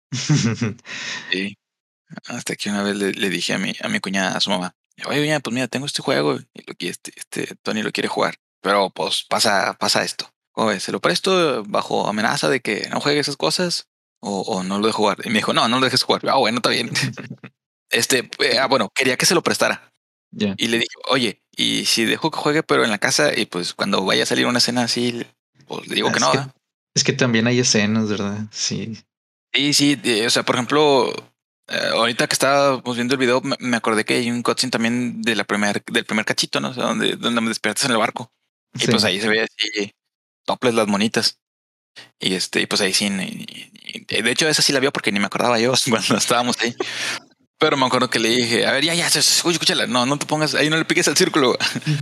Sí. Hasta que una vez le, le dije a mi, a mi cuñada, a su mamá, oye, doña, pues mira, tengo este juego y lo que este, este Tony lo quiere jugar. Pero pues pasa, pasa esto. Oye, se lo presto bajo amenaza de que no juegue esas cosas o, o no lo deje jugar. Y me dijo, no, no lo dejes jugar. Ah, bueno, está bien. Este, eh, ah, bueno, quería que se lo prestara.
Ya.
Y le dije, oye, y si dejo que juegue, pero en la casa, y pues cuando vaya a salir una escena así, pues le digo
Ah,
que
Es
no,
que,
¿verdad?
es que también hay escenas, ¿verdad? Sí.
Sí, sí, de- o sea, por ejemplo, eh, ahorita que estábamos viendo el video, me, me acordé que hay un cutscene también de la primer, del primer cachito, ¿no? O sea, donde, donde me despiertas en el barco. Y pues
Sí.
ahí se ve así, toples las monitas. Y este, y pues ahí sí, y- y- y de hecho esa sí la vio porque ni me acordaba yo cuando estábamos ahí. Pero me acuerdo que le dije, a ver, ya, ya, se- se- escucha- escúchala, no, no te pongas, ahí no le piques al círculo.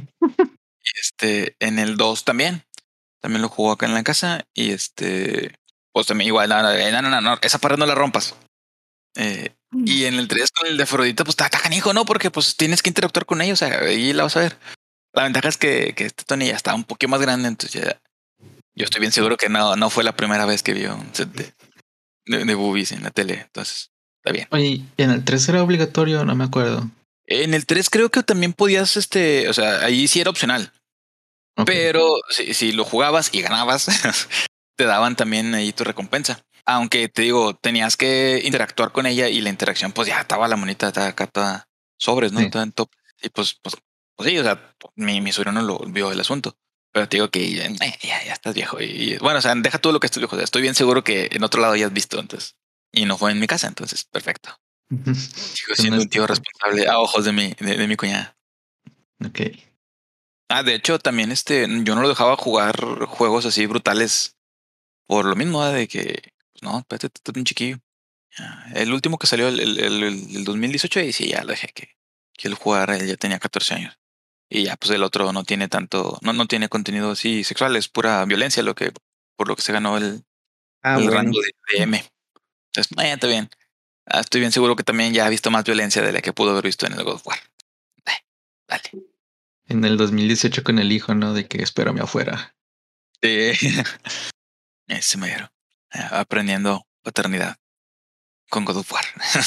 Y este, en el dos también, también lo jugó acá en la casa y este, pues también igual, no, no, no, no, no, no, esa pared no la rompas. Eh, y en el tres con el de Afrodita, pues está, está canijo, ¿no? Porque pues tienes que interactuar con ellos, o sea, ahí la vas a ver. La ventaja es que, que este Tony ya está un poquito más grande, entonces ya, yo estoy bien seguro que no, no fue la primera vez que vio un set de, de, de boobies en la tele, entonces está bien.
Oye, ¿en el tres era obligatorio? No me acuerdo.
En el tres creo que también podías, este, o sea, ahí sí era opcional,
Ok.
pero si, si lo jugabas y ganabas, te daban también ahí tu recompensa. Aunque te digo, tenías que interactuar con ella y la interacción, pues ya estaba la monita estaba acá toda sobres, ¿no?
Sí.
Toda en top. Y pues, pues, pues sí, o sea, mi, mi sobrino lo vio el asunto. Pero te digo que eh, ya, ya estás viejo. Y, y, bueno, o sea, deja todo lo que estás viejo. O sea, estoy bien seguro que en otro lado ya has visto entonces. Y no fue en mi casa, entonces, perfecto. Sigo
No
siendo un
es-
tío responsable a ojos de mi, de, de mi cuñada.
Ok.
Ah, de hecho, también este, yo no lo dejaba jugar juegos así brutales por lo mismo, ¿eh? De que, pues no, espérate, tú eres un chiquillo. Ya, el último que salió, el, el, el, el dos mil dieciocho, y sí, ya lo dejé que, que él jugara, él ya tenía catorce años. Y ya, pues el otro no tiene tanto, no, no tiene contenido así sexual, es pura violencia, lo que, por lo que se ganó el,
Ah,
el
bueno.
rango de, de M. Entonces, eh, está bien. Ah, estoy bien seguro que también ya ha visto más violencia de la que pudo haber visto en el God of War. Eh, dale.
En el dos mil dieciocho con el hijo, ¿no? De que espérame afuera.
Eh, ese mero. eh, aprendiendo paternidad con God of War.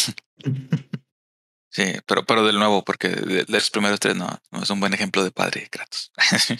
Sí, pero, pero del nuevo, porque de, de los primeros tres no, no es un buen ejemplo de padre Kratos.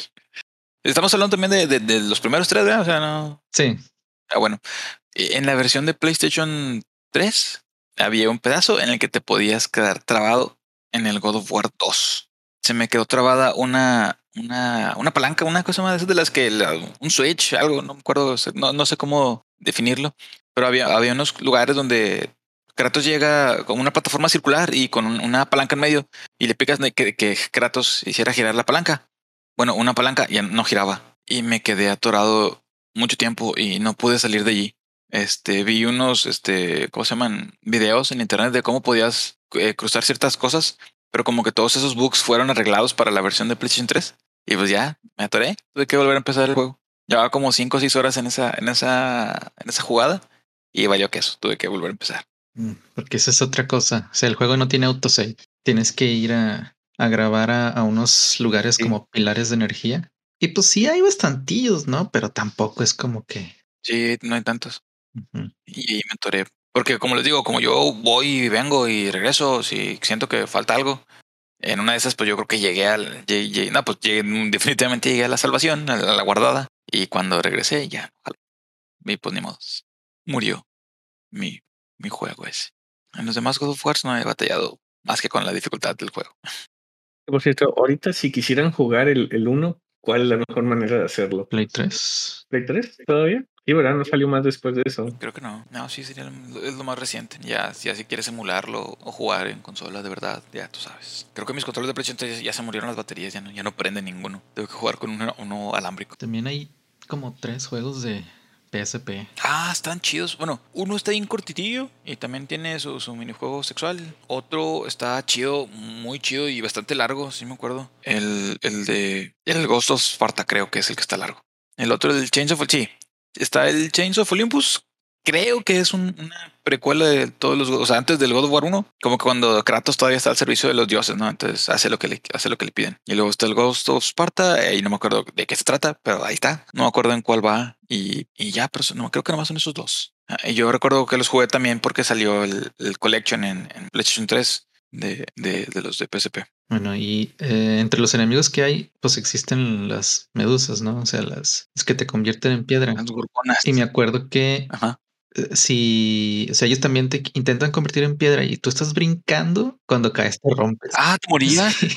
Estamos hablando también de, de, de los primeros tres, ¿verdad? O sea, no.
Sí.
Ah, bueno, en la versión de PlayStation tres había un pedazo en el que te podías quedar trabado en el God of War dos. Se me quedó trabada una, una, una palanca, una cosa más de esas de las que la- un switch, algo, no me acuerdo, no, no sé cómo definirlo, pero había, había unos lugares donde Kratos llega con una plataforma circular y con un- una palanca en medio y le picas de que, que Kratos hiciera girar la palanca. Bueno, una palanca ya no giraba y me quedé atorado mucho tiempo y no pude salir de allí. Este, vi unos, este, ¿cómo se llaman? Videos en internet de cómo podías eh, cruzar ciertas cosas, pero como que todos esos bugs fueron arreglados para la versión de PlayStation tres. Y pues ya, me atoré, tuve que volver a empezar el juego. Llevaba como cinco o seis horas en esa, en esa, en esa jugada y valió que eso, tuve que volver a empezar.
Mm, Porque esa es otra cosa. O sea, el juego no tiene autosave. Tienes que ir a, a grabar a, a unos lugares
Sí.
como pilares de energía. Y pues sí hay bastantillos, ¿no? Pero tampoco es como que.
Sí, no hay tantos.
Ujú.
Y ahí me atoré. Porque como les digo, como yo voy y vengo y regreso, si siento que falta algo, en una de esas, pues yo creo que llegué al. Llegué, llegué- no, pues llegué, definitivamente llegué a la salvación, a la, a la guardada. Y cuando regresé, ya, ojalá. Y pues ni modo. Murió mi, mi juego ese. En los demás God of War no he batallado más que con la dificultad del juego.
Por cierto, ahorita si quisieran jugar el, el uno, ¿cuál es la mejor manera de hacerlo?
Play tres.
¿Play tres todavía? Sí, ¿verdad? No salió más después de eso.
Creo que no. No, sí sería lo, es lo más reciente. Ya, ya si quieres emularlo o jugar en consola de verdad, ya tú sabes. Creo que mis controles de PlayStation tres ya se murieron las baterías, ya no, ya no prende ninguno. Tengo que jugar con uno, uno alámbrico.
También hay como tres juegos de P S P.
Ah, están chidos. Bueno, uno está bien cortitillo y también tiene su, su minijuego sexual. Otro está chido, muy chido y bastante largo, sí me acuerdo. El, el de el Ghost of Sparta creo que es el que está largo. El otro, el Chains of... Sí, está el Chains of Olympus. Creo que es un- una precuela de todos los... O sea, antes del God of War uno. Como que cuando Kratos todavía está al servicio de los dioses, ¿no? Entonces hace lo que le, hace lo que le piden. Y luego está el Ghost of Sparta. Y no me acuerdo de qué se trata, pero ahí está. No me acuerdo en cuál va. Y, y ya, pero no, creo que nomás son esos dos. Ah, y yo recuerdo que los jugué también porque salió el, el Collection en, en PlayStation tres de, de, de los de P S P.
Bueno, y eh, entre los enemigos que hay, pues existen las medusas, ¿no? O sea, las es que te convierten en piedra.
Las gorgonas.
Y me acuerdo que
Ajá.
eh, si, o sea, ellos también te intentan convertir en piedra y tú estás brincando, cuando caes te rompes.
Ah, ¿te morías?
Sí.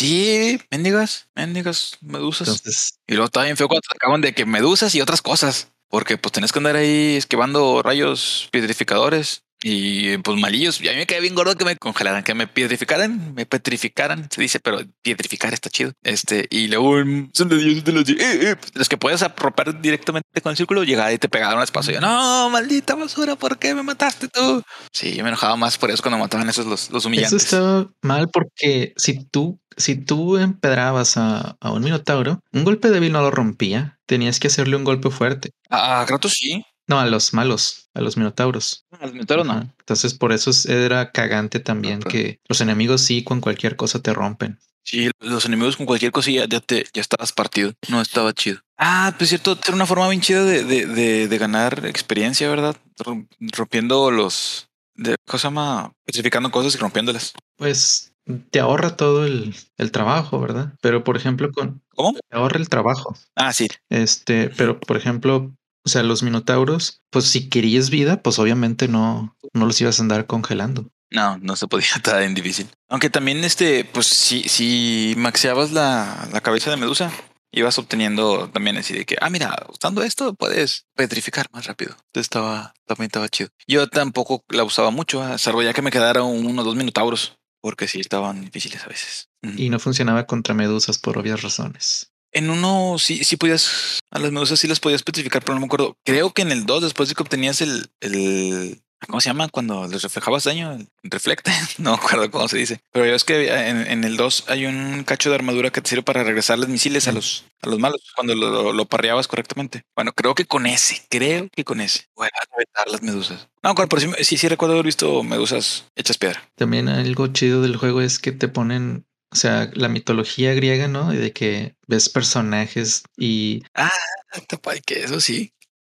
Sí, mendigas, mendigas, medusas.
Entonces,
Y luego estaba bien feo cuando te acaban de que medusas y otras cosas. Porque pues tenés que andar ahí esquivando rayos piedrificadores y pues malillos. Y a mí me quedé bien gordo que me congelaran, que me piedrificaran, me petrificaran. Se dice, pero piedrificar está chido. Este, y luego mm, son de Dios de los, eh, eh, los que puedes apropar directamente con el círculo, llegar y te pegaron un espacio. Y yo, no, maldita basura, ¿por qué me mataste tú? Sí, yo me enojaba más por eso cuando mataban esos los, los
eso
humillantes.
estaba mal porque si tú, si tú empedrabas a, a un minotauro, un golpe débil no lo rompía. Tenías que hacerle un golpe fuerte.
A, a Kratos sí.
No, a los malos, a los minotauros.
Al Minotauro no.
Ajá. Entonces, por eso es- era cagante también
No, pero-
que los enemigos sí con cualquier cosa te rompen.
Sí, los enemigos con cualquier cosilla ya te ya estabas partido. No estaba chido. Ah, pues cierto, era una forma bien chida de, de, de, de ganar experiencia, ¿verdad? Rom- Rompiendo los de ¿cómo se llama? Petrificando cosas y rompiéndolas.
Pues te ahorra todo el, el trabajo, ¿verdad? Pero por ejemplo, con
¿Cómo?
te ahorra el trabajo.
Ah, sí.
Este,
Ujú.
pero por ejemplo, o sea, los minotauros, pues si querías vida, pues obviamente no, no los ibas a andar congelando.
No, no se podía, estar en difícil. Aunque también este, pues si, si maxeabas la, la cabeza de medusa, ibas obteniendo también así de que, ah, mira, usando esto puedes petrificar más rápido. Entonces estaba, también estaba chido. Yo tampoco la usaba mucho, ah, salvo ya que me quedara uno o dos minotauros, porque sí estaban difíciles a veces. Ujú.
Y no funcionaba contra medusas por obvias razones.
En uno sí, sí podías, a las medusas sí las podías petrificar, pero no me acuerdo. Creo que en el dos, después de que obtenías el, el, ¿cómo se llama? Cuando les reflejabas daño, el reflecta, no me acuerdo cómo se dice. Pero ya es que en, en el dos hay un cacho de armadura que te sirve para regresarles misiles a
Mm.
los, a los malos cuando lo, lo, lo parreabas correctamente. Bueno, creo que con ese, creo que con ese. Voy a reventar las medusas. No, claro, pero sí, sí, sí recuerdo haber visto medusas hechas piedra.
También algo chido del juego es que te ponen, o sea, la mitología griega, ¿no? Y de que ves personajes y
Ah, tapay, que eso sí.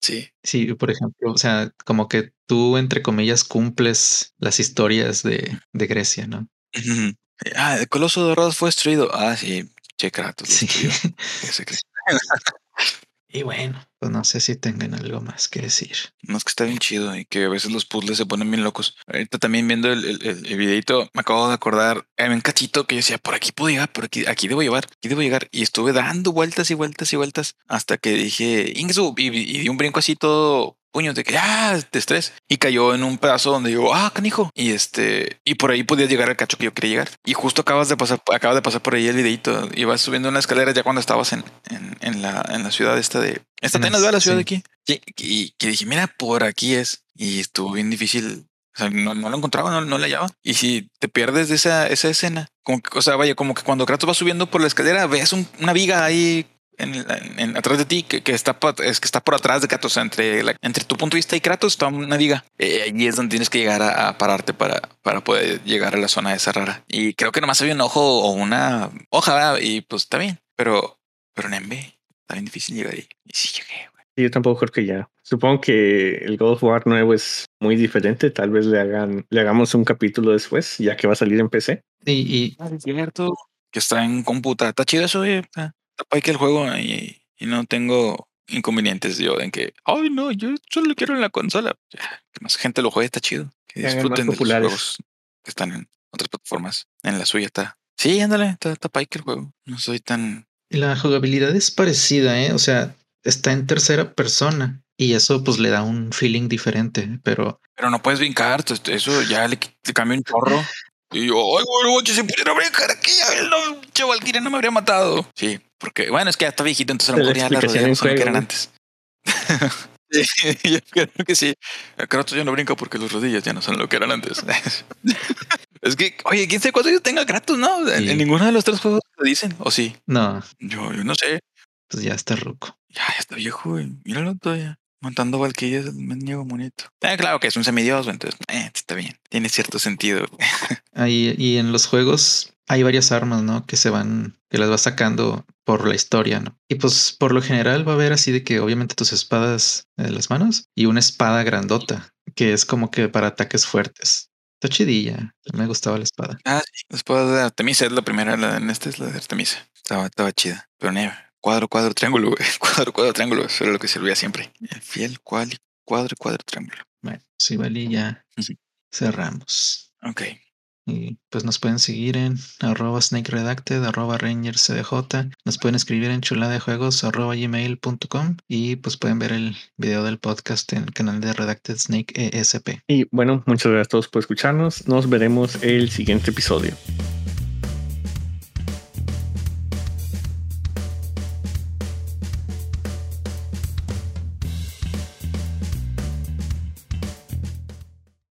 Sí.
Sí, por ejemplo, o sea, como que tú, entre comillas, cumples las historias de, de Grecia, ¿no?
Ujú. Ah, el Coloso de Rhodos fue destruido. Ah, sí, che, Kratos lo
Sí.
destruyó. ¿Qué se cree?
Y bueno, pues no sé si tengan algo más que decir.
No, es que está bien chido y que a veces los puzzles se ponen bien locos. Ahorita también viendo el, el, el- el videito, me acabo de acordar, hay un cachito que yo decía, por aquí puedo llegar, por aquí, aquí debo llevar, aquí debo llegar. Y estuve dando vueltas y vueltas y vueltas hasta que dije, Ingsu, y, y di un brinco así todo puños de que, ah, de estrés. Y cayó en un pedazo donde digo, ah, canijo. Y este, y por ahí podías llegar al cacho que yo quería llegar. Y justo acabas de pasar, acabas de pasar por ahí el videito. Ibas subiendo una escalera ya cuando estabas en, en, en la, en la ciudad esta de, esta
En
Atenas,
las-
¿verdad? La ciudad de
sí.
aquí. Sí, y que dije, mira, por aquí es. Y estuvo bien difícil. O sea, no, no lo encontraba, no, no la hallaba. Y si te pierdes de esa, esa escena, como que, o sea, vaya, como que cuando Kratos va subiendo por la escalera, ves un- una viga ahí en, el- en- en- atrás de ti que, que está pa- es que está por atrás de Kratos, o sea, entre, la- entre tu punto de vista y Kratos está una viga. Eh, allí es donde tienes que llegar a, a pararte para, para poder llegar a la zona esa rara. Y creo que nomás había un ojo o una hoja, ¿verdad? Y pues está bien, pero, pero Nembe, está bien difícil llegar ahí. Y sí llegué.
Yo tampoco creo que ya. Supongo que el God of War nuevo es muy diferente. Tal vez le hagan, le hagamos un capítulo después, ya que va a salir en P C.
Y, y
Ah, es cierto. Que está en computa. Está chido eso, oye. Está, está pa' que el juego y, y no tengo inconvenientes yo en que, ay, no, yo solo quiero en la consola. Ya, que más gente lo juegue, está chido. Que
Que hagan más
disfruten de los
populares.
juegos que están en otras plataformas. En la suya está. Sí, ándale, está, está pa' que el juego. No soy tan.
la jugabilidad es parecida, ¿eh? O sea, está en tercera persona y eso pues le da un feeling diferente, pero
Pero no puedes brincar. to- Eso ya le, qui- te cambia un chorro. Y yo, ay, bueno, oye, si pudiera brincar aquí, ya no, che, Valkyria no me habría matado. Sí, porque, bueno, es que ya está viejito, entonces a lo
La
mejor ya las
explicación
rodillas
en
no son lo que
juego,
eran
güey.
antes. Sí, yo creo que sí. Kratos ya no brinca porque las rodillas ya no son lo que eran antes. Es que, oye, quién sabe cuántos años tenga Kratos, ¿no? En, en
y
ninguno de los tres juegos lo dicen, o sí.
no,
Yo, yo no sé.
pues ya está ruco.
Ya, ya está viejo, güey. Míralo todavía. Montando valquillas, el mendigo bonito. Eh, claro que es un semidios, güey, entonces, eh, está bien. Tiene cierto sentido.
Ahí, y en los juegos hay varias armas, ¿no? Que se van, que las vas sacando por la historia, ¿no? Y pues por lo general va a haber así de que obviamente tus espadas en las manos y una espada grandota, que es como que para ataques fuertes. Está chidilla. Me gustaba la espada.
Ah, sí. Después de Artemisa es la primera, la, en esta es la de Artemisa. Estaba, estaba chida. Pero nieve. Cuadro, cuadro, triángulo, güey. Cuadro, cuadro, triángulo. Eso era lo que servía siempre. El fiel, cual, cuadro, cuadro, triángulo.
Bueno, sí, vale, ya
Ujú.
cerramos.
Ok.
Y pues nos pueden seguir en arroba snake redacted, arroba ranger cdj. Nos pueden escribir en chuladejuegos arroba gmail punto com y pues pueden ver el video del podcast en el canal de Redacted Snake E S P.
Y bueno, muchas gracias a todos por escucharnos. Nos veremos el siguiente episodio.